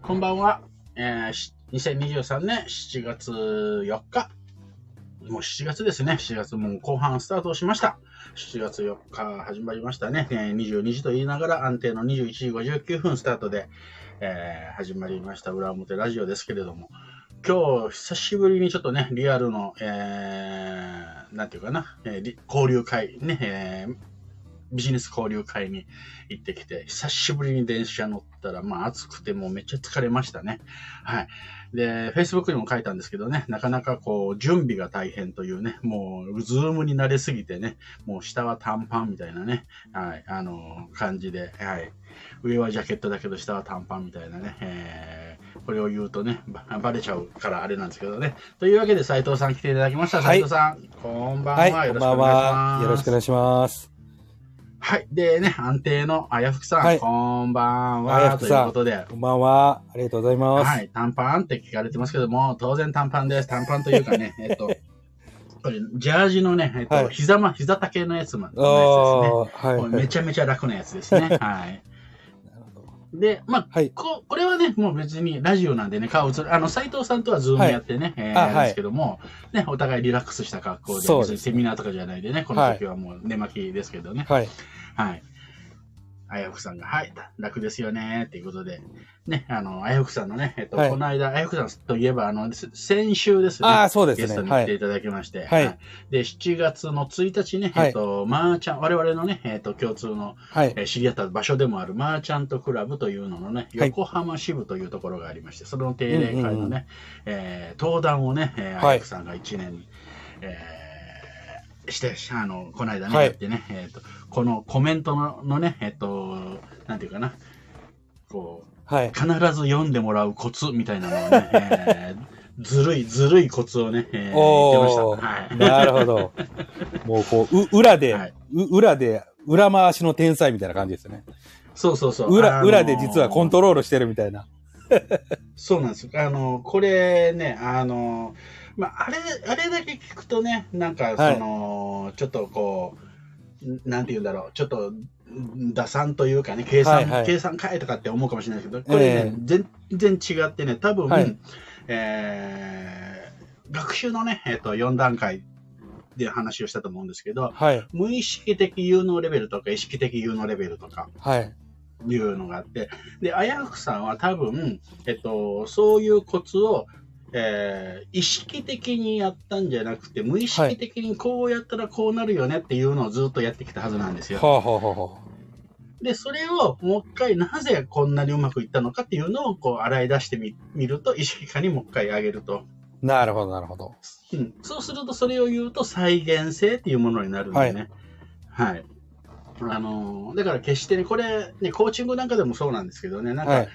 こんばんは。2023年7月4日。もう7月ですね。7月もう後半スタートしました。7月4日始まりましたね。22時と言いながら安定の21時59分スタートで、始まりました裏表ラジオですけれども、今日久しぶりにちょっとね、リアルの、なんていうかな、交流会ね、ビジネス交流会に行ってきて、久しぶりに電車乗ったら、暑くてもうめっちゃ疲れましたね。はい。で、Facebook にも書いたんですけどね、なかなか準備が大変というね、もう、ズームに慣れすぎてね、もう下は短パンみたいなね、はい、感じで、はい。上はジャケットだけど下は短パンみたいなね、これを言うとね、バレちゃうからあれなんですけどね。というわけで斉藤さん来ていただきました。斉藤さん、こんばんは。よろしくお願いします。 よろしくお願いします。 はい。でね、安定のあやふくさん、はい、こんばんは。ということで。 こんばんは。ありがとうございます。 はい。短パンって聞かれてますけども、当然短パンです。短パンというかね、これ、ジャージのね、膝丈のやつのやつですね。はい、めちゃめちゃ楽なやつですね。はい。で、はい、これはね、もう別にラジオなんでね、斉藤さんとはズームやってね、ですけども、ね、お互いリラックスした格好で、別にセミナーとかじゃないでね、この時はもう寝巻きですけどね。はい。はい。あやふくさんが、はい、楽ですよね、っていうことで、ね、あやふくさんのね、この間、あやふくさんといえば、先週ですね、 そうですね、 ゲストに来ていただきまして、はい。で、7月の1日ね、マーチャン、我々のね、共通の、知り合った場所でもあるマーチャントクラブというののね、横浜支部というところがありまして、その定例会のね、登壇をね、あやふくさんが1年に、して、この間ね、やってね、このコメントのね、なんていうかな、必ず読んでもらうコツみたいなのをね、ずるいコツをね、言ってました。はい。 なるほど。もう裏で、裏回しの天才みたいな感じですよね。 そうそうそう。 裏で実はコントロールしてるみたいな。 そうなんですよ。これね、あれだけ聞くとね、なんか、ちょっとなんて言うんだろう、ちょっと、打算というかね、計算かいとかって思うかもしれないですけど、これね、全然違ってね、多分、学習のね、4段階で話をしたと思うんですけど、無意識的有能レベルとか、意識的有能レベルとか、いうのがあって、で、あやふさんは多分、そういうコツを、意識的にやったんじゃなくて、無意識的にこうやったらこうなるよねっていうのをずっとやってきたはずなんですよ。で、それをもう一回なぜこんなにうまくいったのかっていうのを洗い出してみると、意識化にもう一回上げると。 なるほど、なるほど。 そうすると、それを言うと再現性っていうものになるんでね。はい。だから決してね、これ、ね、コーチングなんかでもそうなんですけどね、なんか、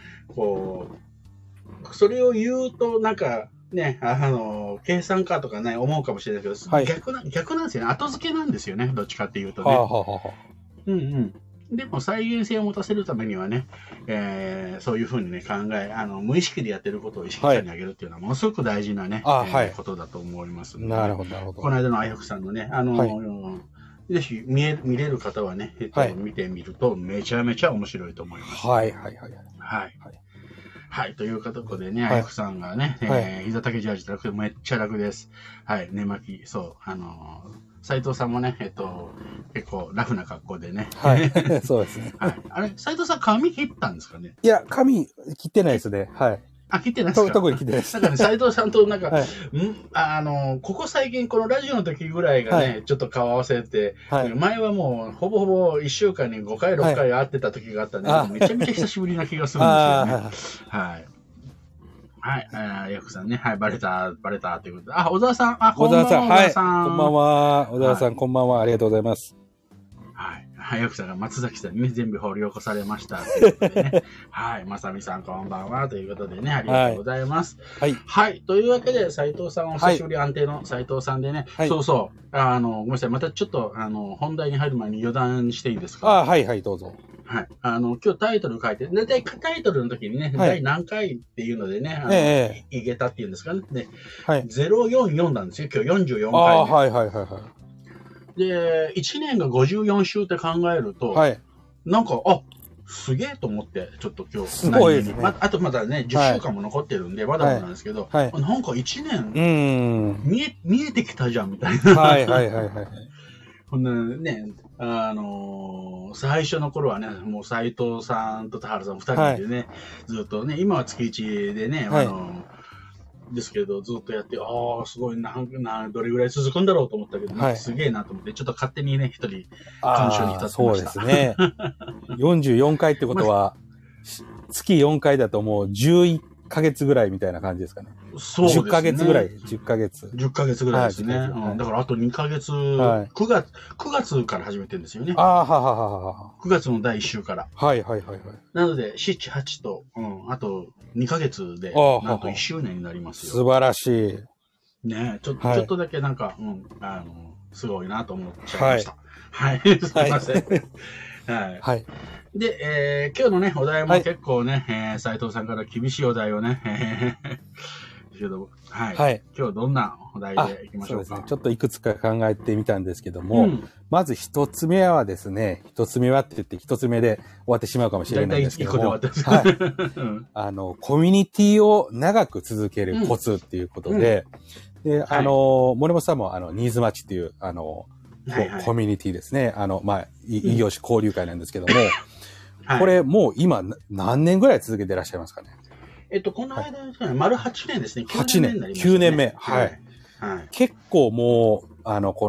それを言うと、なんか、ね、計算かとかね、思うかもしれないけど、逆なんですよね。後付けなんですよね。どっちかっていうとね。でも、再現性を持たせるためにはね、そういうふうにね、無意識でやってることを意識化に上げるっていうのは、ものすごく大事なね、ことだと思いますので、 なるほど、なるほど。 この間のあやふくさんのね、ぜひ見れる方はね、見てみると、めちゃめちゃ面白いと思います。はい。ということでね、あやふさんがね、膝丈ジャージじゃなくてめっちゃ楽です。はい。寝巻き、そう。斉藤さんもね、結構ラフな格好でね。 そうですね。 あれ、斉藤さん髪切ったんですかね？ いや、髪切ってないですね。はい。 切ってないですか？ 特に切ってないです。 だからね、斉藤さんとなんか、ここ最近このラジオの時ぐらいがね、ちょっと顔合わせて、前はもうほぼほぼ1週間に5回、6回会ってた時があったんで、めちゃめちゃ久しぶりな気がするんですよね。はい。はい。ヤクさんね、バレたということで。小沢さん、こんばんは。 小沢さん、こんばんは。小沢さん、こんばんは。ありがとうございます。 ヤクさんが松崎さんにね、全部掘り起こされました。ということでね。まさみさん、こんばんは。ということでね、ありがとうございます。はい。というわけで、斉藤さん、お久しぶり、安定の斉藤さんでね。そうそう。ごめんなさい。またちょっと、本題に入る前に余談していいですか？ はい、どうぞ。 今日タイトル書いて、だいたいタイトルの時にね、第何回っていうのでね、いげたっていうんですかね。で、044なんですよ。今日44回目。で、1年が54週って考えると、なんか、 すげえと思って、ちょっと今日。 すごいですね。 あとまだね、10週間も残ってるんで、まだまだなんですけど、なんか1年、見えてきたじゃん、みたいな。 はいはいはいはい。 ほんなね、最初の頃はね、もう斉藤さんと田原さん2人でね、ずっとね、今は月1でね、ですけど、ずっとやって、すごいどれぐらい続くんだろうと思ったけど、すげえなと思って、ちょっと勝手にね、一人、感傷に浸ってました。 そうですね。44回ってことは、月4回だともう11ヶ月ぐらいみたいな感じですかね。 そうですね。 10ヶ月ぐらい、10ヶ月。 10ヶ月ぐらいですね。だからあと2ヶ月、9月から始めてるんですよね。9月の第1週から。 はいはいはいはい。 なので、7、8と、あと2ヶ月で、なんと1周年になりますよ。 素晴らしい。 ねちょっとだけなんか、すごいなと思っちゃいました。はい。すいません。はい。で、今日のね、お題も結構ね、斉藤さんから厳しいお題をね、はい。今日どんなお題でいきましょうか。そうですね。 ちょっといくつか考えてみたんですけども、まず一つ目はですね、一つ目はって言って一つ目で終わってしまうかもしれないんですけども、コミュニティを長く続けるコツっていうことで、で、森本さんもニーズマッチっていう、コミュニティですね。異業種交流会なんですけども、これもう今何年ぐらい続けていらっしゃいますかね。 この間ですね、丸8年ですね。 8年。9年目。はい。結構もう、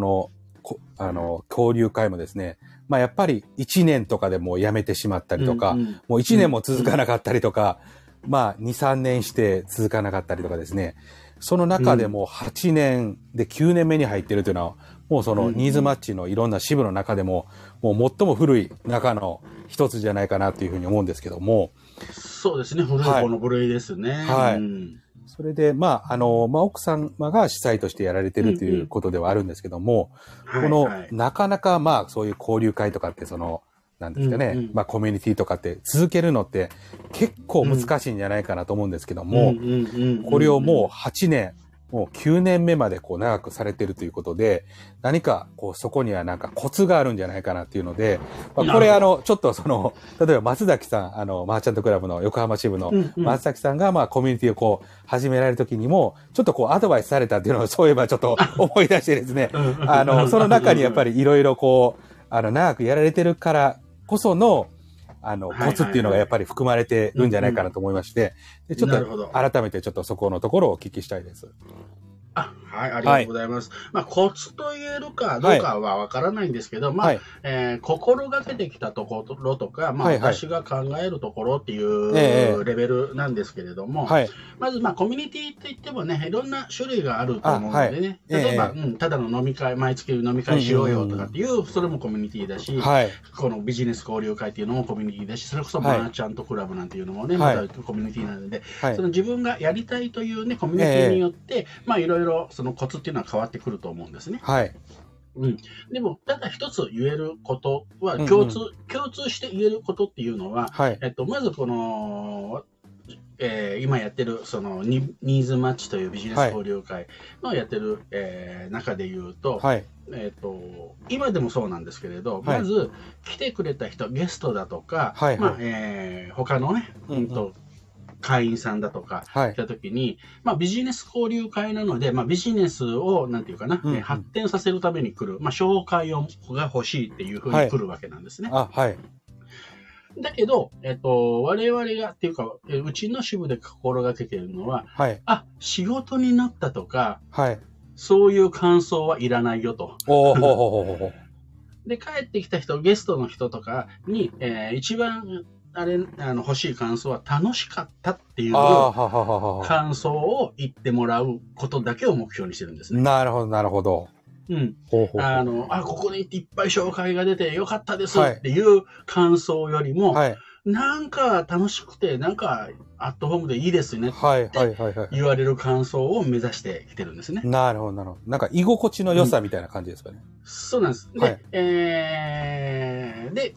交流会もですね、やっぱり1年とかでもう辞めてしまったりとか、もう1年も続かなかったりとか、2、3年して続かなかったりとかですね、その中でも8年で9年目に入っているというのは、もうそのニーズマッチのいろんな支部の中でも、もう最も古い中の一つじゃないかなというふうに思うんですけども。 そうですね、古い方の部類ですね。 はい。それで、奥様が主催としてやられてるということではあるんですけども、この、なかなかそういう交流会とかってなんですかね、コミュニティとかって続けるのって結構難しいんじゃないかなと思うんですけども、これをもう8年、もう9年目まで長くされてるということで、何かそこにはなんかコツがあるんじゃないかなっていうので、これちょっと例えば松崎さん、マーチャントクラブの横浜支部の松崎さんがコミュニティを始められるときにも、ちょっとアドバイスされたっていうのをそういえばちょっと思い出してですね、その中にやっぱりいろいろ長くやられてるからこその、コツっていうのがやっぱり含まれてるんじゃないかなと思いまして、でちょっと改めてちょっとそこのところをお聞きしたいです。 はい、ありがとうございます。コツと言えるかどうかはわからないんですけど、心がけてきたところとか、私が考えるところっていうレベルなんですけれども、まず、コミュニティって言ってもね、いろんな種類があると思うのでね、例えば、ただの飲み会、毎月飲み会しようよとかっていう、それもコミュニティだし、このビジネス交流会っていうのもコミュニティだし、それこそマーチャントクラブなんていうのもね、またコミュニティなので、その自分がやりたいというね、コミュニティによって、いろいろそのコツっていうのは変わってくると思うんですね。でも、ただ一つ言えることは、共通して言えることっていうのは、まずこの、今やってるそのニーズマッチというビジネス交流会のやってる、中で言うと、今でもそうなんですけれど、まず来てくれた人、ゲストだとか、他のね、会員さんだとか来たときに、ビジネス交流会なので、ビジネスをなんていうかな、発展させるために来る、紹介が欲しいっていうふうに来るわけなんですね。だけど、我々がっていうか、うちの支部で心がけているのは、仕事になったとか、そういう感想はいらないよと。で、帰ってきた人、ゲストの人とかに、一番欲しい感想は楽しかったっていう感想を言ってもらうことだけを目標にしてるんですね。 なるほど、なるほど。 ここに行っていっぱい紹介が出てよかったですっていう感想よりも、なんか楽しくて、なんかアットホームでいいですねって言われる感想を目指してきてるんですね。 なるほど、なるほど。なんか居心地の良さみたいな感じですかね。 そうなんです。で、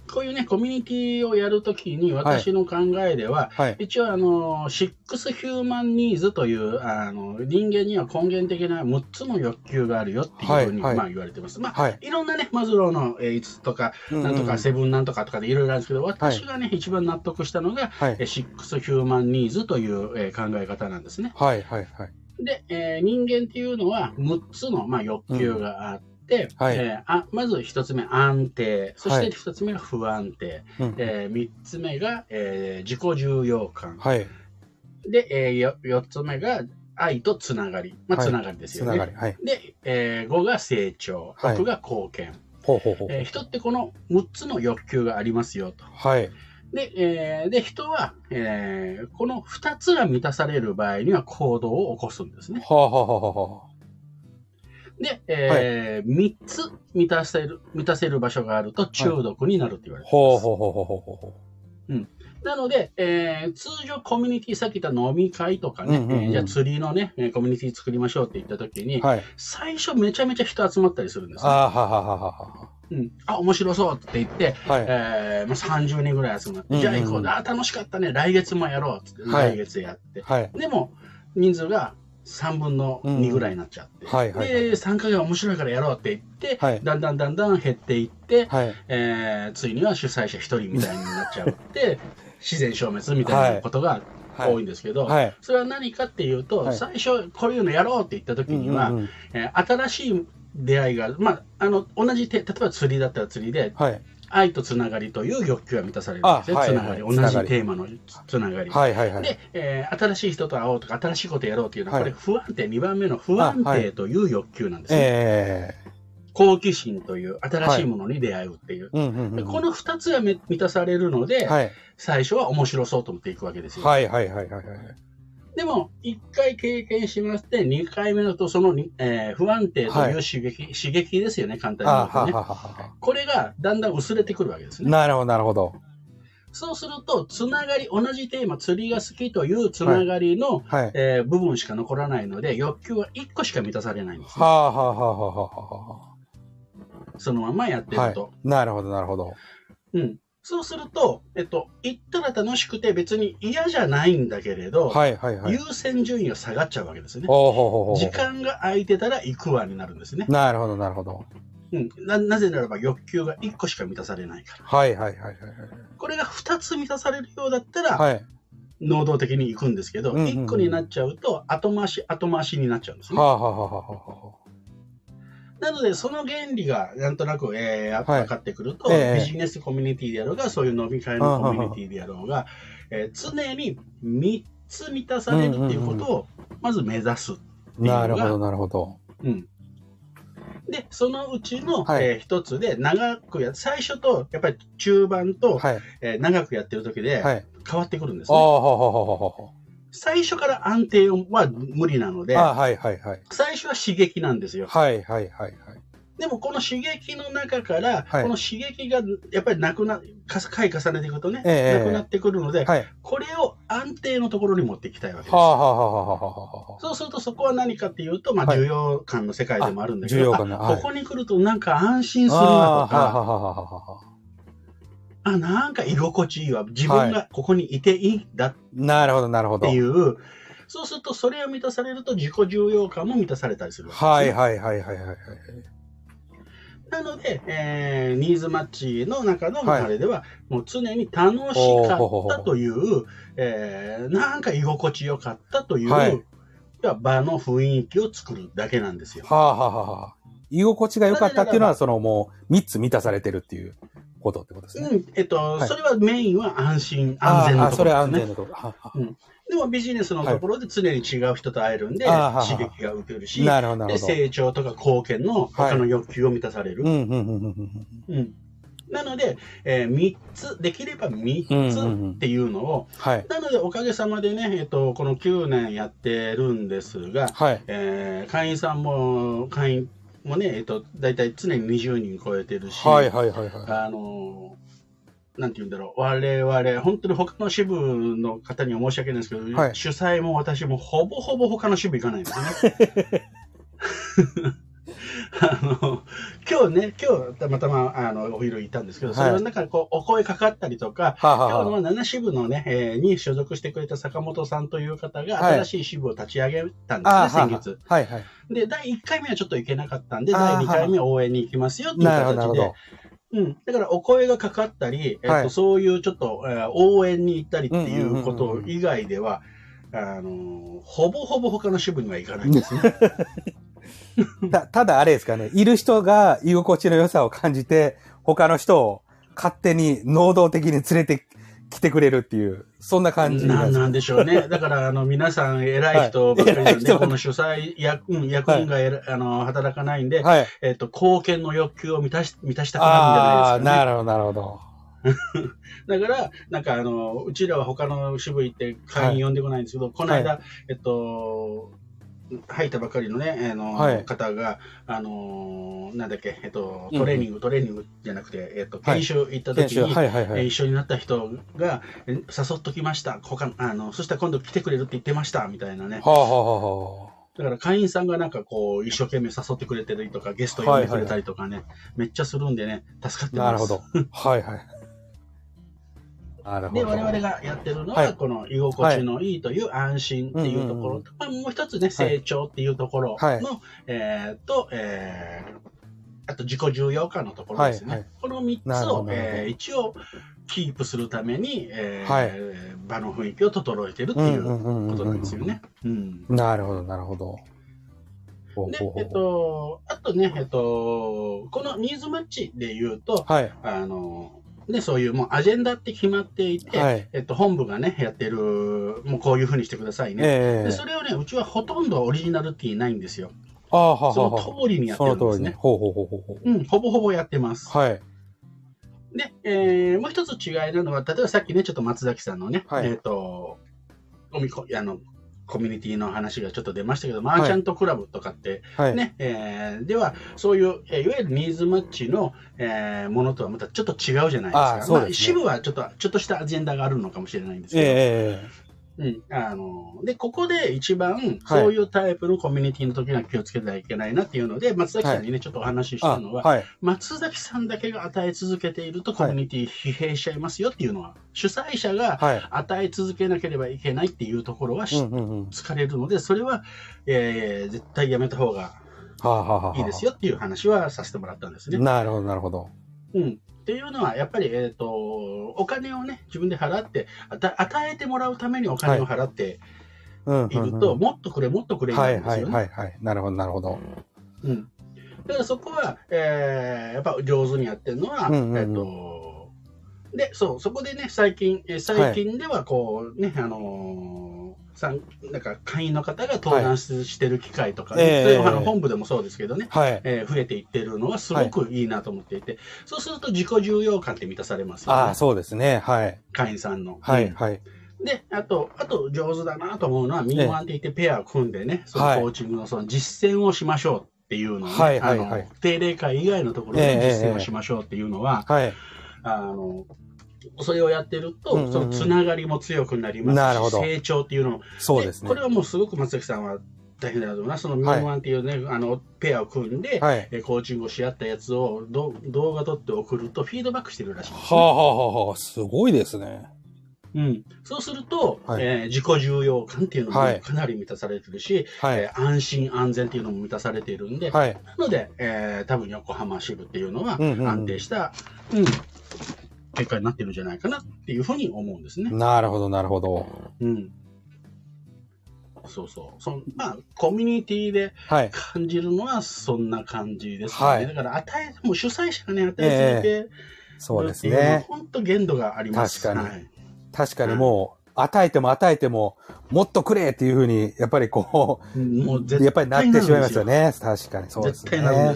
こういうね、コミュニティをやるときに、私の考えでは、 はい。 一応、シックスヒューマンニーズという、人間には根源的な6つの欲求があるよっていうふうに、 はいまあ言われてます。まあ、 はい。 いろんなね、マズローの5つとか、なんとか7なんとかとかでいろいろあるんですけど、私がね、一番納得したのが、 はい。 シックスヒューマンニーズという考え方なんですね。 はい。はい。はい。 で、人間っていうのは6つの、まあ、欲求があって、 はい。 まず1つ目安定、そして2つ目が不安定、3つ目が、自己重要感、 はい。 で、4つ目が愛とつながり、まあ、つながりですよね。 つながり。はい。 で、5が成長、6が貢献。 ほうほうほう。 人ってこの6つの欲求がありますよと。 はい。 で、人は、この2つが満たされる場合には行動を起こすんですね。 はあはあはあはあ。 で、3つ満たせる場所があると中毒になるって言われています。 ほうほうほうほうほう。なので、通常コミュニティ、さっき言った飲み会とかね、じゃあ釣りのね、コミュニティ作りましょうって言った時に、最初めちゃめちゃ人集まったりするんですね。面白そうって言って、30人ぐらい集まって、じゃあ行こうだ、楽しかったね、来月もやろうって言って、来月やって。でも、人数が3分の2ぐらいになっちゃって、で、3ヶ月面白いからやろうって言って、だんだん減っていって、ついには主催者1人みたいになっちゃうって、自然消滅みたいなことが多いんですけど、それは何かっていうと、最初こういうのやろうって言った時には、新しい出会いが、まあ、同じ例えば釣りだったら釣りで、愛とつながりという欲求が満たされるんですね。つながり。同じテーマのつながり。で、新しい人と会おうとか、新しいことやろうというのは、これ不安定、2番目の不安定という欲求なんですね。好奇心という新しいものに出会うっていう。この2つが満たされるので、最初は面白そうと思っていくわけですよ。でも、1回経験しまして、2回目だとその、不安定という刺激ですよね、簡単に言うとね。これがだんだん薄れてくるわけですね。 なるほど、なるほど。 そうすると、つながり、同じテーマ、釣りが好きというつながりの、部分しか残らないので、欲求は1個しか満たされないんですね。そのままやってると。 なるほど、なるほど。 そうすると、行ったら楽しくて別に嫌じゃないんだけれど、優先順位が下がっちゃうわけですね。時間が空いてたら行くわになるんですね。 なるほど、なるほど。 なぜならば欲求が1個しか満たされないから。これが2つ満たされるようだったら、能動的に行くんですけど、1個になっちゃうと後回しになっちゃうんですね。なので、その原理がなんとなく、分かってくると、ビジネスコミュニティであろうが、そういう飲み会のコミュニティであろうが、常に3つ満たされるっていうことを、まず目指すっていうのが。 なるほど、なるほど。 で、そのうちの一つで、最初と、やっぱり中盤と、長くやってる時で、変わってくるんですね。最初から安定は無理なので、最初は刺激なんですよ。でもこの刺激の中から、この刺激がやっぱり回重ねていくとね、なくなってくるので、これを安定のところに持っていきたいわけです。そうするとそこは何かっていうと、需要感の世界でもあるんだけど、ここに来るとなんか安心するなとか、なんか居心地いいわ。自分がここにいていいんだっていう、そうするとそれを満たされると自己重要感も満たされたりするわけですね。なので、ニーズマッチの中のあれでは、もう常に楽しかったという、なんか居心地よかったという、場の雰囲気を作るだけなんですよ。 居心地が良かったっていうのは、もう3つ満たされてるっていうことってことですね。 それはメインは安心、安全のところですね。 それは安全のところ。 でもビジネスのところで常に違う人と会えるんで、刺激が受けるし、成長とか貢献の他の欲求を満たされる。なので、3つ、できれば3つっていうのを、なのでおかげさまでね、この9年やってるんですが、会員もね、だいたい常に20人超えてるし、なんて言うんだろう、我々、本当に他の支部の方には申し訳ないんですけど、主催も私もほぼほぼ他の支部行かないんですね。 今日たまたま、お昼行ったんですけど、それはなんかこう、お声かかったりとか、今日の7支部のね、に所属してくれた坂本さんという方が、新しい支部を立ち上げたんですね、先月。で、第1回目はちょっと行けなかったんで、第2回目応援に行きますよっていう形で、だからお声がかかったり、そういうちょっと、応援に行ったりっていうこと以外では、ほぼほぼ他の支部には行かないんですね。 ただあれですかね、いる人が居心地の良さを感じて、他の人を勝手に能動的に連れて来てくれるっていう、そんな感じなんでしょうね。だから、皆さん偉い人ばっかりなんで、この主催役員が、働かないんで、貢献の欲求を満たしたくなるんじゃないですかね。 なるほど、なるほど。 だから、なんかうちらは他の支部行って会員呼んでこないんですけど、この間、入ったばかりのね、方が、なんだっけ、トレーニングじゃなくて、研修行った時に、一緒になった人が、誘っときました。そしたら今度来てくれるって言ってました、みたいなね。だから会員さんがなんかこう、一生懸命誘ってくれてるとか、ゲスト呼んでくれたりとかね、めっちゃするんでね、助かってます。 なるほど。 で、我々がやってるのは、この居心地のいいという安心っていうところと、もう一つね、成長っていうところの、あと自己重要感のところですね。この3つを、一応キープするために、場の雰囲気を整えてるっていうことなんですよね。 なるほど、なるほど。 で、あとね、このニーズマッチで言うと、で、そういうもうアジェンダって決まっていて、本部がね、やってる、もうこういうふうにしてくださいね。で、それをね、うちはほとんどオリジナルティないんですよ。その通りにやってるんですね。ほぼほぼやってます。で、もう一つ違いなのは、例えばさっきね、ちょっと松崎さんのね、コミュニティの話がちょっと出ましたけど、マーチャントクラブとかって、ね、では、そういう、いわゆるニーズマッチの、ものとはまたちょっと違うじゃないですか。支部はちょっとしたアジェンダがあるのかもしれないんですけど、で、ここで一番、そういうタイプのコミュニティの時には気をつけてはいけないなっていうので、松崎さんにね、ちょっとお話ししたのは、松崎さんだけが与え続けているとコミュニティ疲弊しちゃいますよっていうのは、主催者が与え続けなければいけないっていうところは疲れるので、それは、絶対やめた方がいいですよっていう話はさせてもらったんですね。 なるほど、なるほど。 っていうのは、やっぱり、お金をね、自分で払って、与えてもらうためにお金を払っていると、もっとくれ、もっとくれになるんですよね。 なるほど、なるほど。 だからそこは、やっぱ上手にやってるのは、で、そこでね、最近ではこう、ね、なんか会員の方が登壇してる機会とか、本部でもそうですけどね、増えていってるのはすごくいいなと思っていて、そうすると自己重要感って満たされますよね。 そうですね。 会員さんの。で、あと上手だなと思うのは、民ワンって言ってペアを組んでね、そのコーチングのその実践をしましょうっていうのをね、定例会以外のところで実践をしましょうっていうのは、それをやってると、そのつながりも強くなりますし、成長っていうのも、 そうですね。 これはもうすごく松崎さんは大変だと思います。そのミンワンっていうね、ペアを組んで、コーチングをし合ったやつを動画撮って送るとフィードバックしてるらしいんです、ね。 すごいですね。 そうすると、自己重要感っていうのもかなり満たされてるし、安心安全っていうのも満たされているんで、なので、多分横浜支部っていうのは安定した、結果になってるんじゃないかなっていうふうに思うんですね。 なるほど、なるほど。 まあ、コミュニティで感じるのはそんな感じですね。だからもう主催者がね、与え続けそうですね。 本当限度があります。 確かにもう、与えても、もっとくれっていうふうに、やっぱりこう、もうやっぱりなってしまいますよね。確かにそうですね。 絶対なるんです。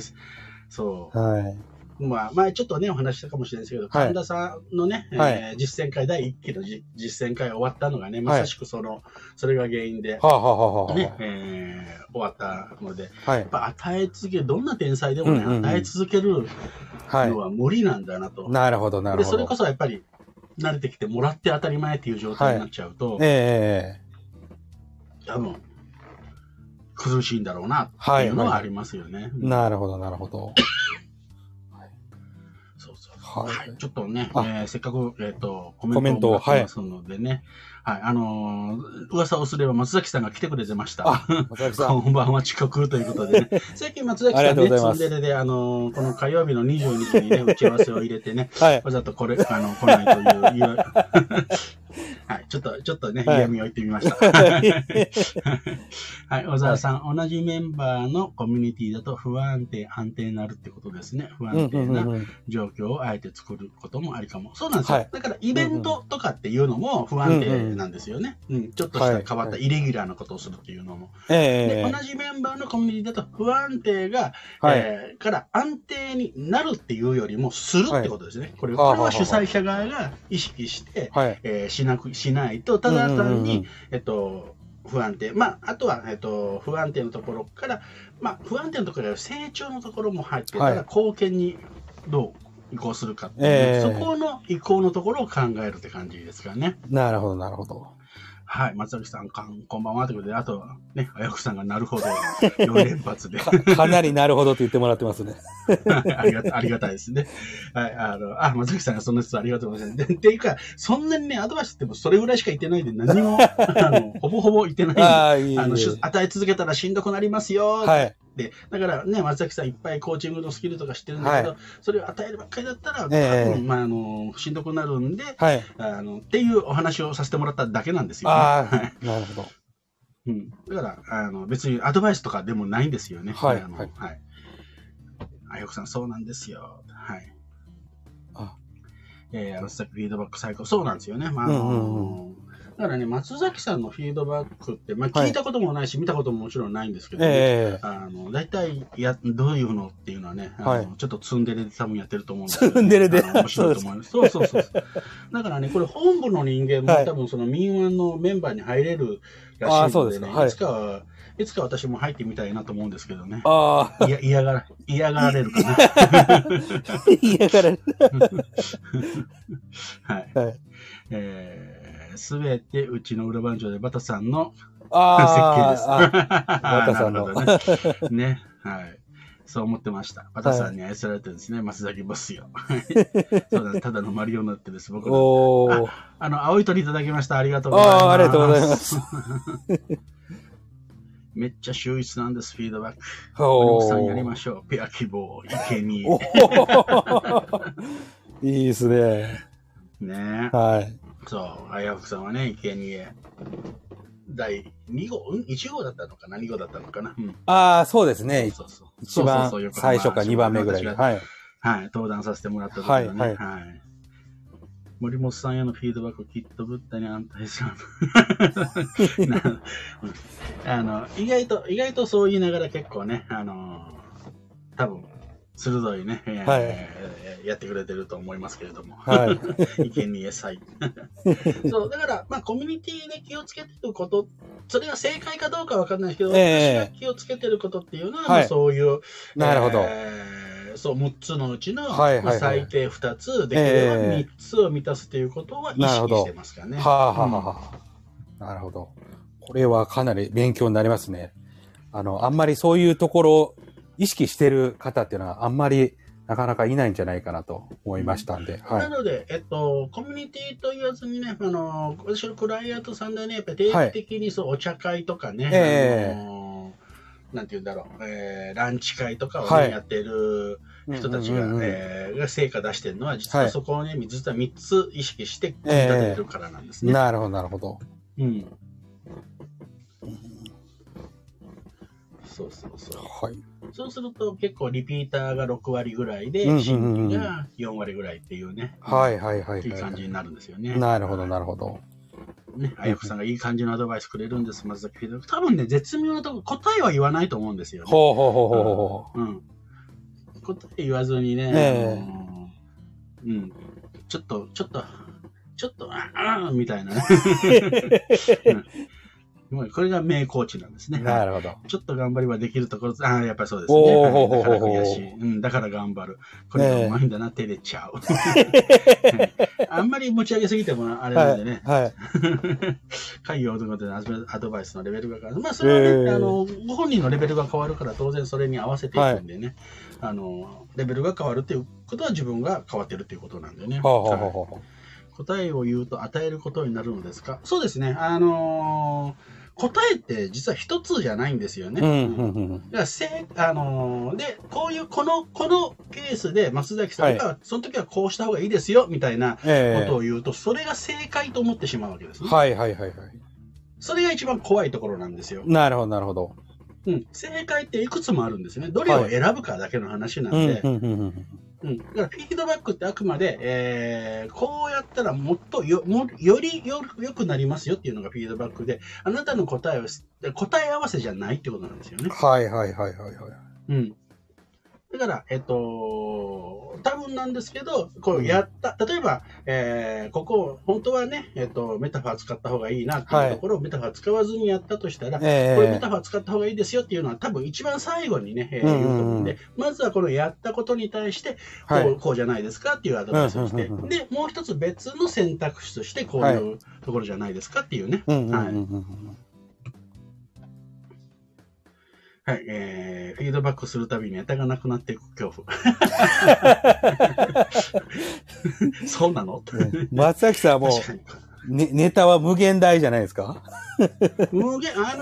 まあ、前ちょっとね、お話したかもしれないですけど、神田さんのね、実践会、第1期の実践会終わったのがね、まさしくそれが原因で、終わったので、やっぱ与え続ける、どんな天才でもね、与え続けるのは無理なんだなと。 なるほど、なるほど。 で、それこそやっぱり、慣れてきてもらって当たり前っていう状態になっちゃうと、多分、 苦しいんだろうなっていうのはありますよね。 なるほど、なるほど。 そうそう。はい。ちょっとね、せっかく、コメントをもらってますのでね。はい。噂をすれば松崎さんが来てくれてました。 松崎さん。 こんばんは、遅刻ということでね。最近松崎さんね、ツンデレで、この火曜日の22時にね、打ち合わせを入れてね、わざと来ないという、はい。ちょっとね、嫌味を言ってみました。はい。小沢さん、同じメンバーのコミュニティだと不安定、安定になるってことですね。不安定な状況をあえて作ることもありかも。そうなんですよ。だから、イベントとかっていうのも不安定なんですよね。ちょっとした変わったイレギュラーなことをするっていうのも。で、同じメンバーのコミュニティだと不安定が、から安定になるっていうよりもするってことですね。これは主催者側が意識して、しないと、ただ単に、不安定。あとは、不安定のところから、不安定のところから成長のところも入ってたら、貢献にどう移行するかっていう、そこの移行のところを考えるって感じですかね。 なるほど、なるほど。 はい。松崎さん、こんばんはということで、あと、ね、あやふさんがなるほど、4連発でかなりなるほどと言ってもらってますね。 ありがたいですね。はい。松崎さんがそんな質ありがとうございます。っていうか、そんなにね、アドバイスってもそれぐらいしか言ってないんで、何も、ほぼほぼ言ってないんで、与え続けたらしんどくなりますよ。はい。で、だからね、松崎さんいっぱいコーチングのスキルとか知ってるんだけど、それを与えるばっかりだったら、多分、しんどくなるんで、っていうお話をさせてもらっただけなんですよね。 なるほど。 だから、別にアドバイスとかでもないんですよね。はい。あよくさん、そうなんですよ。はい。松崎フィードバック最高。そうなんですよね。だからね、松崎さんのフィードバックって、聞いたこともないし、見たことももちろんないんですけど、大体、どういうのっていうのはね、ちょっとツンデレで多分やってると思うんですけど、 ツンデレで面白いと思います。そう。だからね、これ本部の人間も多分その民話のメンバーに入れるらしいのでね、いつか私も入ってみたいなと思うんですけどね。嫌がられるかな。 嫌がられる。 はい。すべてうちの裏番長でバタさんの設計です。 バタさんの。 ね。はい。そう思ってました。バタさんに愛されてるんですね。松崎ボスよ。そうだ、ただのマリオになってです。僕青い鳥いただきました。ありがとうございます。 ありがとうございます。 めっちゃ秀逸なんです、フィードバック。お兄さんやりましょう。ペア希望、生贄。 いいですね。 ね。 はい。 そう、あやふくさんはね、生贄。第2号、1号だったのかな ?2 号だったのかな、 そうですね。一番最初か2番目ぐらい。 はい。登壇させてもらった時のね。はい。森本さんへのフィードバック、きっとブッダに安泰する。意外とそう言いながら結構ね、多分、鋭いね、やってくれてると思いますけれども。生贄祭。そう、だから、コミュニティで気をつけてること、それが正解かどうかわかんないですけど、私が気をつけてることっていうのは、そういう、 なるほど。 そう、6つのうちの、最低2つ、できれば3つを満たすということは意識してますかね。 なるほど。これはかなり勉強になりますね。あんまりそういうところ、意識してる方っていうのはあんまりなかなかいないんじゃないかなと思いましたんで。 なので、コミュニティと言わずにね、私のクライアントさんでね、やっぱり定期的にそう、お茶会とかね、なんて言うんだろう、ランチ会とかをね、やってる人たちが、成果出してるのは、実はそこをね、実は3つ意識して組み立ててるからなんですね。 なるほど、なるほど。 そう。 はい。 そうすると結構リピーターが6割ぐらいで、新規が4割ぐらいっていうね。っていう感じになるんですよね。 なるほど、なるほど。 ね、あやふさんがいい感じのアドバイスくれるんです、松崎フィードバック。多分ね、絶妙なとこ、答えは言わないと思うんですよね。答え言わずにね、ちょっと、みたいなね。 これが名コーチなんですね。 なるほど。 ちょっと頑張ればできるところ、やっぱりそうですね。だから悔しい。だから頑張る。これがうまいんだな、照れちゃう。あんまり持ち上げすぎてもあれなんでね。会議を男でアドバイスのレベルが変わる。まあ、それはね、ご本人のレベルが変わるから、当然それに合わせていくんでね。レベルが変わるっていうことは自分が変わってるっていうことなんでね。答えを言うと与えることになるのですか？そうですね。答えって実は一つじゃないんですよね。だからで、このケースで増崎さんが、その時はこうした方がいいですよ、みたいなことを言うと、それが正解と思ってしまうわけですね。それが一番怖いところなんですよ。 なるほど、なるほど。 正解っていくつもあるんですね。どれを選ぶかだけの話なんで。だからフィードバックってあくまで、こうやったらもっとより良くなりますよっていうのがフィードバックで、あなたの答え合わせじゃないってことなんですよね。だから、多分なんですけど、こうやった、例えば、ここ、本当はね、メタファー使った方がいいなっていうところをメタファー使わずにやったとしたら、これメタファー使った方がいいですよっていうのは多分一番最後にね、言うと思うんで、まずはこのやったことに対して、こうじゃないですかっていうアドバイスをして、で、もう一つ別の選択肢として、こういうところじゃないですかっていうね。フィードバックするたびにネタがなくなっていく恐怖。そうなの？ 松崎さんはもう、ネタは無限大じゃないですか？ 無限、多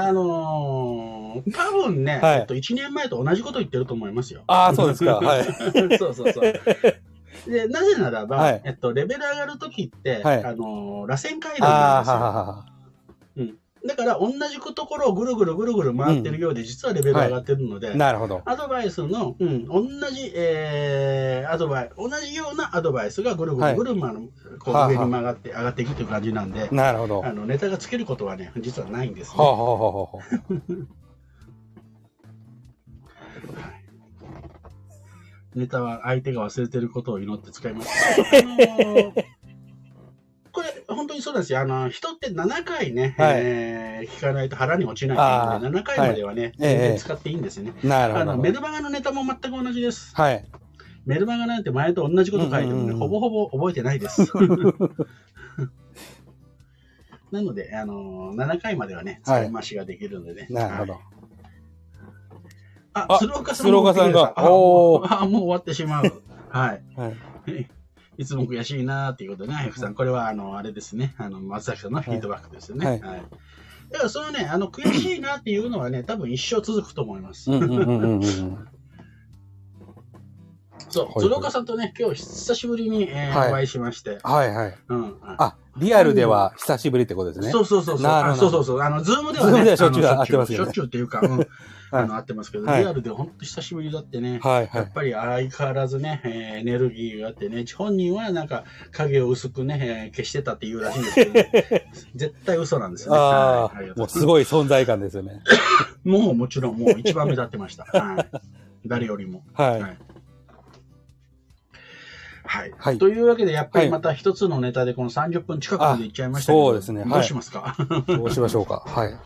分ね、1年前と同じこと言ってると思いますよ。 そうですか。 そう。で、なぜならば、レベル上がるときって、螺旋階段なんですよ。だから、同じところをぐるぐる回ってるようで、実はレベル上がってるので、 なるほど。 アドバイスの、同じようなアドバイスがぐるぐるこう上に上がっていくという感じなんで、 なるほど。 ネタがつけることはね、実はないんですね。ネタは相手が忘れてることを祈って使います。これ、本当にそうなんですよ。人って7回ね、聞かないと腹に落ちないので、7回まではね、全然使っていいんですね。なるほど。メルマガのネタも全く同じです。メルマガなんて前と同じこと書いてもね、ほぼほぼ覚えてないです。なので、7回まではね、使い回しができるのでね。 なるほど。 鶴岡さんが、もう終わってしまう。いつも悔しいなーっていうことでね、F さん、これはあれですね、松崎さんのフィードバックですよね。だからそのね、悔しいなっていうのはね、多分一生続くと思います。そう、鶴岡さんとね、今日久しぶりにお会いしまして。 リアルでは久しぶりってことですね。 そう。ズームではね、 しょっちゅう会ってますよね。 しょっちゅうっていうか、会ってますけど、リアルで本当久しぶりだってね、やっぱり相変わらずね、エネルギーがあってね、本人はなんか影を薄くね、消してたって言うらしいんですけど、絶対嘘なんですよね。 もうすごい存在感ですよね。 もちろん、もう一番目立ってました。誰よりも。というわけで、やっぱりまた一つのネタでこの30分近くまでいっちゃいましたけど、 そうですね。 どうしますか？ どうしましょうか。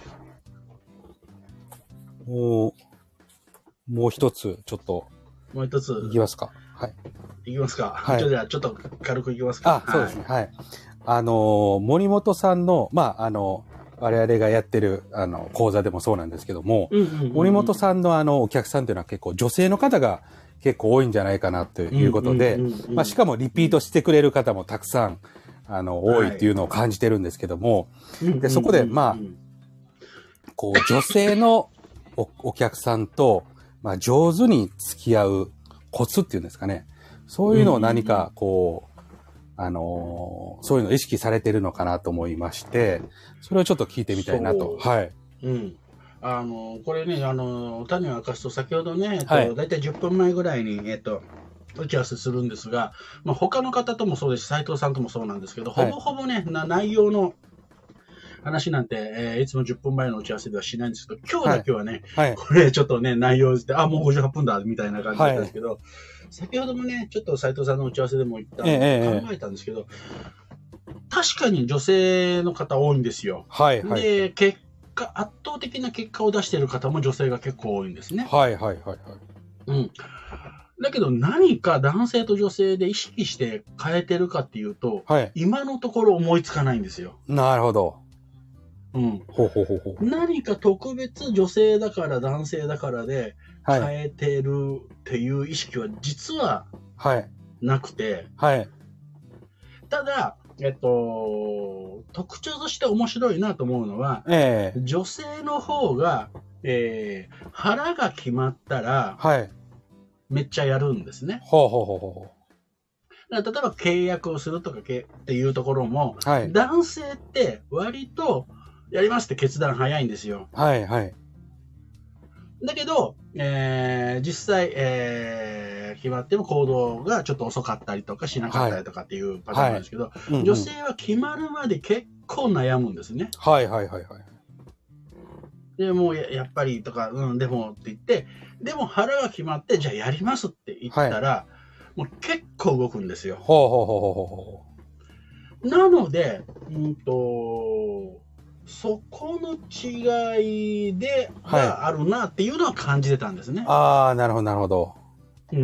もう一つ、ちょっと。 もう一つ。 いきますか。 いきますか。じゃあ、ちょっと軽くいきますか。 そうですね。森本さんの、我々がやってる、講座でもそうなんですけども、森本さんのお客さんというのは結構女性の方が結構多いんじゃないかなということで、しかもリピートしてくれる方もたくさん、多いっていうのを感じてるんですけども、で、そこで、こう、女性のお客さんと、上手に付き合うコツっていうんですかね。そういうのを何か、こう、そういうのを意識されてるのかなと思いまして、それをちょっと聞いてみたいなと。 これね、種を明かすと、先ほどね、だいたい10分前ぐらいに、打ち合わせするんですが、他の方ともそうですし、斉藤さんともそうなんですけど、ほぼほぼね、内容の話なんて、いつも10分前の打ち合わせではしないんですけど、今日だけはね、これちょっとね、内容で、もう58分だ、みたいな感じだったんですけど、先ほどもね、ちょっと斉藤さんの打ち合わせでも言った考えたんですけど、確かに女性の方多いんですよ。で、結圧倒的な結果を出している方も女性が結構多いんですね。 はいはいはいはい。 うん。だけど何か男性と女性で意識して変えてるかっていうと、 はい、 今のところ思いつかないんですよ。 なるほど。 うん。 ほうほうほうほう。 何か特別女性だから男性だからで変えてるっていう意識は実はなくて、 はい。 ただ、特徴として面白いなと思うのは、女性の方が、腹が決まったら、 はい。 めっちゃやるんですね。 ほうほうほうほう。例えば契約をするとかっていうところも、 はい、 男性って割とやりますって決断早いんですよ。 はいはい。 だけど、実際、決まっても行動がちょっと遅かったりとかしなかったりとかっていうパターンなんですけど、女性は決まるまで結構悩むんですね。 はいはいはいはい。 でもう やっぱりとか、でもって言って、でも腹が決まって、じゃあやりますって言ったら、もう結構動くんですよ。 ほうほうほうほうほう。なので、そこの違いでがあるなっていうのは感じてたんですね。 ああ、なるほどなるほど。 うん。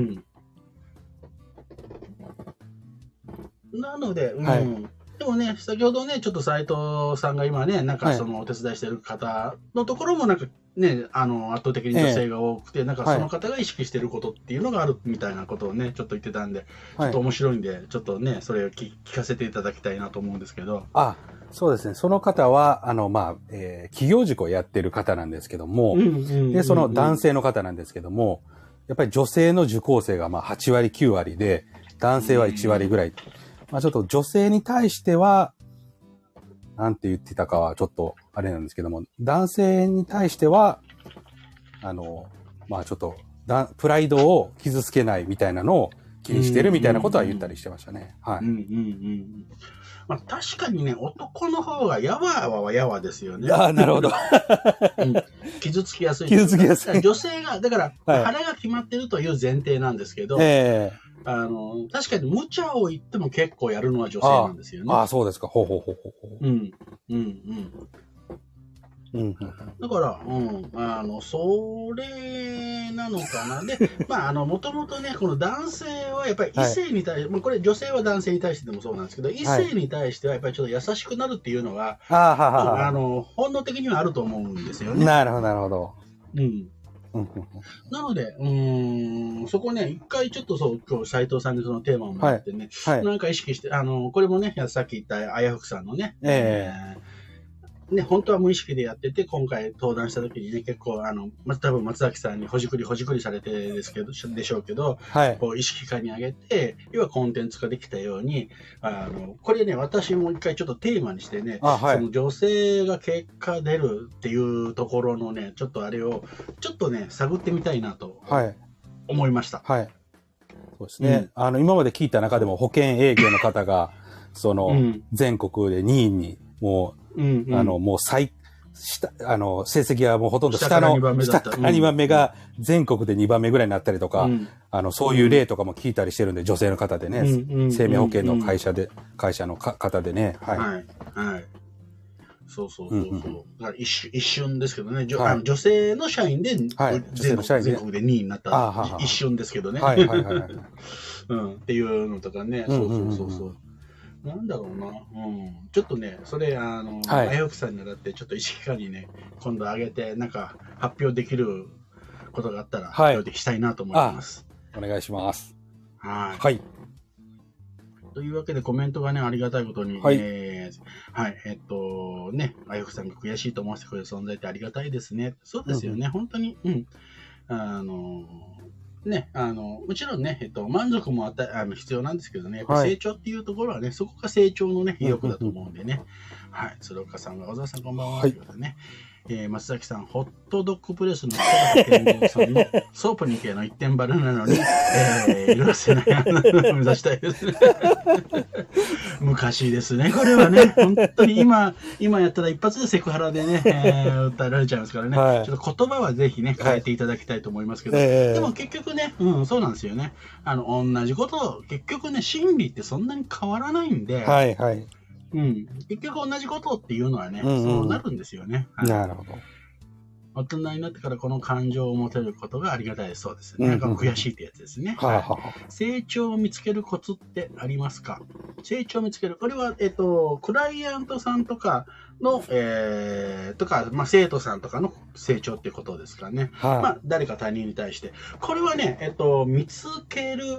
なので、でもね、先ほどね、ちょっと斉藤さんが今ね、なんかそのお手伝いしてる方のところもなんかね、圧倒的に女性が多くて、なんかその方が意識してることっていうのがあるみたいなことをね、ちょっと言ってたんで、ちょっと面白いんで、ちょっとね、それを聞かせていただきたいなと思うんですけど。 そうですね。その方は、企業塾をやってる方なんですけども、で、その男性の方なんですけども、やっぱり女性の受講生が8割9割で、男性は1割ぐらい。ちょっと女性に対しては、なんて言ってたかはちょっとあれなんですけども、男性に対しては、ちょっと、プライドを傷つけないみたいなのを気にしてるみたいなことは言ったりしてましたね。はい。 確かにね、男の方がやわですよね。 なるほど。 傷つきやすい。 傷つきやすい。 女性が、だから、腹が決まってるという前提なんですけど、確かに無茶を言っても結構やるのは女性なんですよね。 そうですか。ほうほうほうほう。 だから、それなのかな。で、もともとね、この男性はやっぱり異性に対して、これ女性は男性に対してでもそうなんですけど、異性に対してはやっぱりちょっと優しくなるっていうのが、本能的にはあると思うんですよね。 なるほど、なるほど。 なので、そこね、一回ちょっと今日斉藤さんにそのテーマをもらってね、なんか意識して、これもね、さっき言ったあやふくさんのね、本当は無意識でやってて、今回登壇した時にね、結構、多分松崎さんにほじくりされてでしょうけど、こう意識化に上げて、要はコンテンツ化できたように、これね、私も一回ちょっとテーマにしてね、その女性が結果出るっていうところのね、ちょっとあれを、ちょっとね、探ってみたいなと思いました。 そうですね。今まで聞いた中でも保険営業の方が、全国で2位に、もう、もう成績はもうほとんど下から2番目が全国で2番目ぐらいになったりとか、そういう例とかも聞いたりしてるんで、女性の方でね、生命保険の会社の方でね。 そう。だから一瞬ですけどね、女性の社員で全国で2位になった一瞬ですけどね。っていうのとかね、そう。なんだろうな。ちょっとね、それ、あやふくさんに習って、ちょっと意識化にね、今度上げて、なんか、発表できることがあったら、発表できたいなと思います。 お願いします。 はい。というわけで、コメントがね、ありがたいことに、あやふくさんが悔しいと思わせてくれる存在ってありがたいですね。そうですよね、本当に、もちろんね、満足も必要なんですけどね、やっぱ成長っていうところはね、そこが成長のね、意欲だと思うんでね。鶴岡さんが、小沢さんこんばんは。松崎さん、ホットドッグプレスの健三さんのソープに系の一点張りなのに、色褪せない目指したいですね。昔ですね、これはね、本当に今やったら一発でセクハラでね、訴えられちゃいますからね、ちょっと言葉はぜひね、変えていただきたいと思いますけど、でも結局ね、そうなんですよね。同じことを、結局ね、心理ってそんなに変わらないんで、 結局同じことっていうのはね、そうなるんですよね。 なるほど。 大人になってからこの感情を持てることがありがたいそうですね。なんか悔しいってやつですね。成長を見つけるコツってありますか？成長を見つける。これは、クライアントさんとかの、生徒さんとかの成長っていうことですかね。誰か他人に対して。これはね、見つける、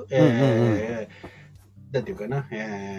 なんていうかな、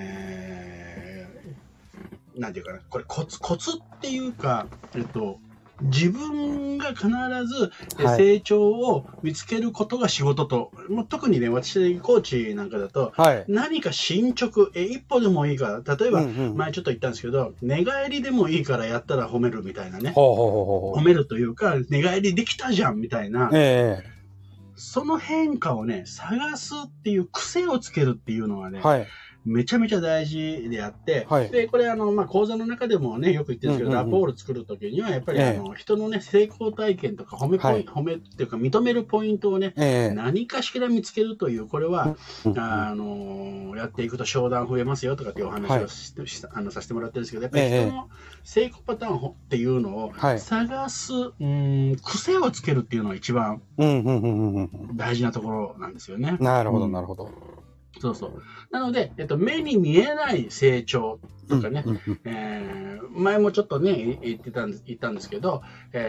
なんていうかな、これコツっていうか、自分が必ず成長を見つけることが仕事と、特にね、私、コーチなんかだと、何か進捗、一歩でもいいから、例えば、前ちょっと言ったんですけど、寝返りでもいいからやったら褒めるみたいなね。褒めるというか、寝返りできたじゃんみたいな。その変化をね、探すっていう癖をつけるっていうのはね、めちゃめちゃ大事であって、で、これ講座の中でもね、よく言ってるんですけど、ラポール作るときには、やっぱり人のね、成功体験とか褒めっていうか認めるポイントをね、何かしら見つけるという、これは、やっていくと商談増えますよとかっていうお話をさせてもらってるんですけど、やっぱり人の成功パターンっていうのを探す、癖をつけるっていうのが一番大事なところなんですよね。 なるほど、なるほど。 そうそう。なので、目に見えない成長とかね、前もちょっとね、言ったんですけど、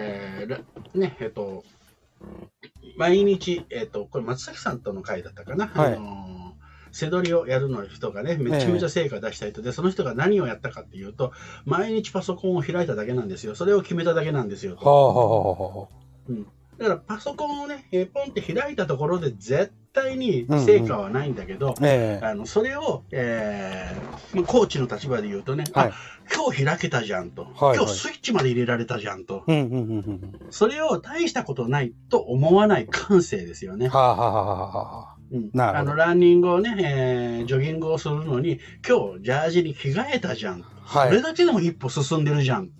毎日、これ松崎さんとの会だったかな、背取りをやるの人がね、めちゃめちゃ成果出した人で、その人が何をやったかっていうと、毎日パソコンを開いただけなんですよ。それを決めただけなんですよと。だからパソコンをね、ポンって開いたところで絶対に成果はないんだけど、それを、コーチの立場で言うとね、今日開けたじゃんと、今日スイッチまで入れられたじゃんと、それを大したことないと思わない感性ですよね。ランニングをね、ジョギングをするのに、今日ジャージに着替えたじゃん。それだけでも一歩進んでるじゃんって、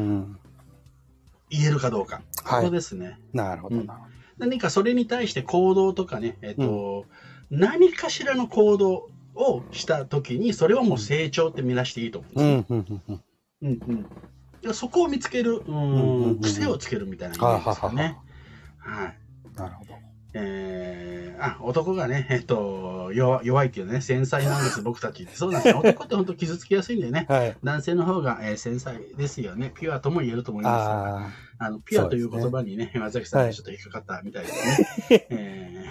言えるかどうか。ここですね。 なるほど。 何かそれに対して行動とかね、何かしらの行動をしたときに、それはもう成長って見なしていいと思うんですよ。そこを見つける、癖をつけるみたいなイメージですかね。 なるほど。 男がね、弱いけどね、繊細なんです、僕たちって。そうなんですよ。男って本当傷つきやすいんでね、男性の方が、繊細ですよね。ピュアとも言えると思いますが、ピュアという言葉にね、松崎さんがちょっと引っかかったみたいですね。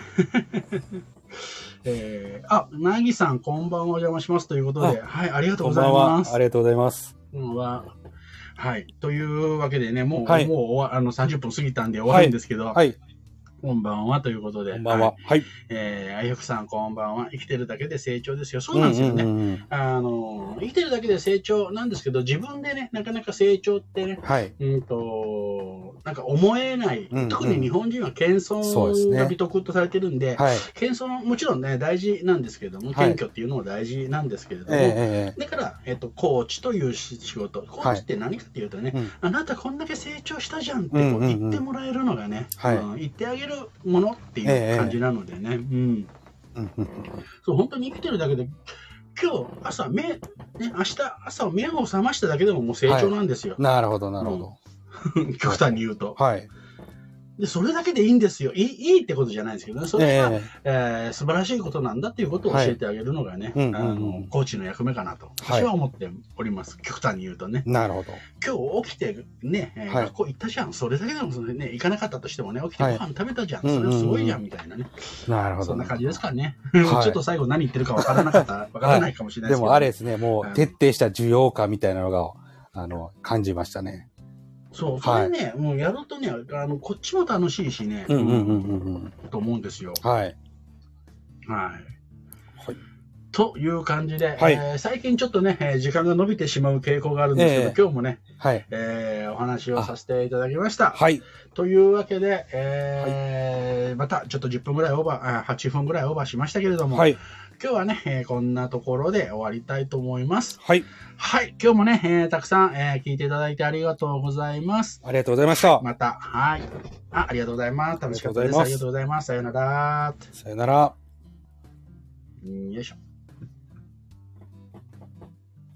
なぎさん、こんばんは、お邪魔しますということで、ありがとうございます。 ありがとうございます。 というわけでね、もう30分過ぎたんで終わるんですけど、こんばんはということで。 こんばんは。 あゆふさん、こんばんは。生きてるだけで成長ですよ。そうなんですよね。生きてるだけで成長なんですけど、自分でね、なかなか成長ってね、なんか思えない。特に日本人は謙遜が美徳とされてるんで、謙遜もちろんね、大事なんですけども、謙虚っていうのも大事なんですけれども、だから、コーチという仕事、コーチって何かっていうとね、あなたこんだけ成長したじゃんってこう言ってもらえるのがね、言ってあげるものっていう感じなのでね、そう本当に生きてるだけで、今日朝明日朝目を覚ましただけでももう成長なんですよ。 なるほどなるほど。 極端に言うと。でそれだけでいいんですよ。いいってことじゃないんですけどね。それが、素晴らしいことなんだっていうことを教えてあげるのがね、コーチの役目かなと、私は思っております。極端に言うとね。 なるほど。 今日起きてね、学校行ったじゃん。それだけでもね、行かなかったとしてもね、起きてご飯食べたじゃん。それすごいじゃんみたいなね。 なるほど。 そんな感じですかね。ちょっと最後何言ってるかわからないかもしれないですけど。 でもあれですね、もう徹底した需要感みたいなのが、感じましたね。 そう、それね、もうやるとね、こっちも楽しいしね、と思うんですよ。という感じで、最近ちょっとね、時間が伸びてしまう傾向があるんですけど、今日もね、お話をさせていただきました。というわけで、またちょっと10分ぐらい8分ぐらいオーバーしましたけれども、今日はね、こんなところで終わりたいと思います。今日もね、たくさん、聞いていただいてありがとうございます。 ありがとうございました。 また、ありがとうございます。楽しかったです。ありがとうございます。さよなら。 さよなら。 よいしょ。